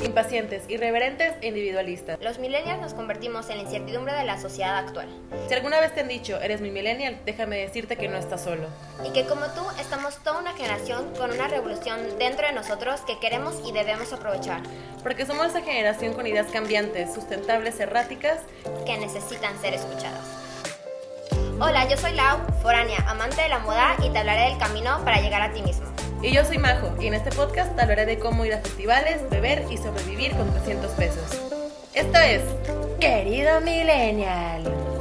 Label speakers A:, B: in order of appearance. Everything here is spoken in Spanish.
A: impacientes, irreverentes e individualistas.
B: Los millennials nos convertimos en la incertidumbre de la sociedad actual.
A: Si alguna vez te han dicho, eres mi millennial, déjame decirte que no estás solo.
B: Y que como tú, estamos toda una generación con una revolución dentro de nosotros que queremos y debemos aprovechar.
A: Porque somos esa generación con ideas cambiantes, sustentables, erráticas,
B: que necesitan ser escuchadas. Hola, yo soy Lau, foránea, amante de la moda y te hablaré del camino para llegar a ti mismo.
A: Y yo soy Majo, y en este podcast te hablaré de cómo ir a festivales, beber y sobrevivir con 300 pesos. Esto es Querido Millennial.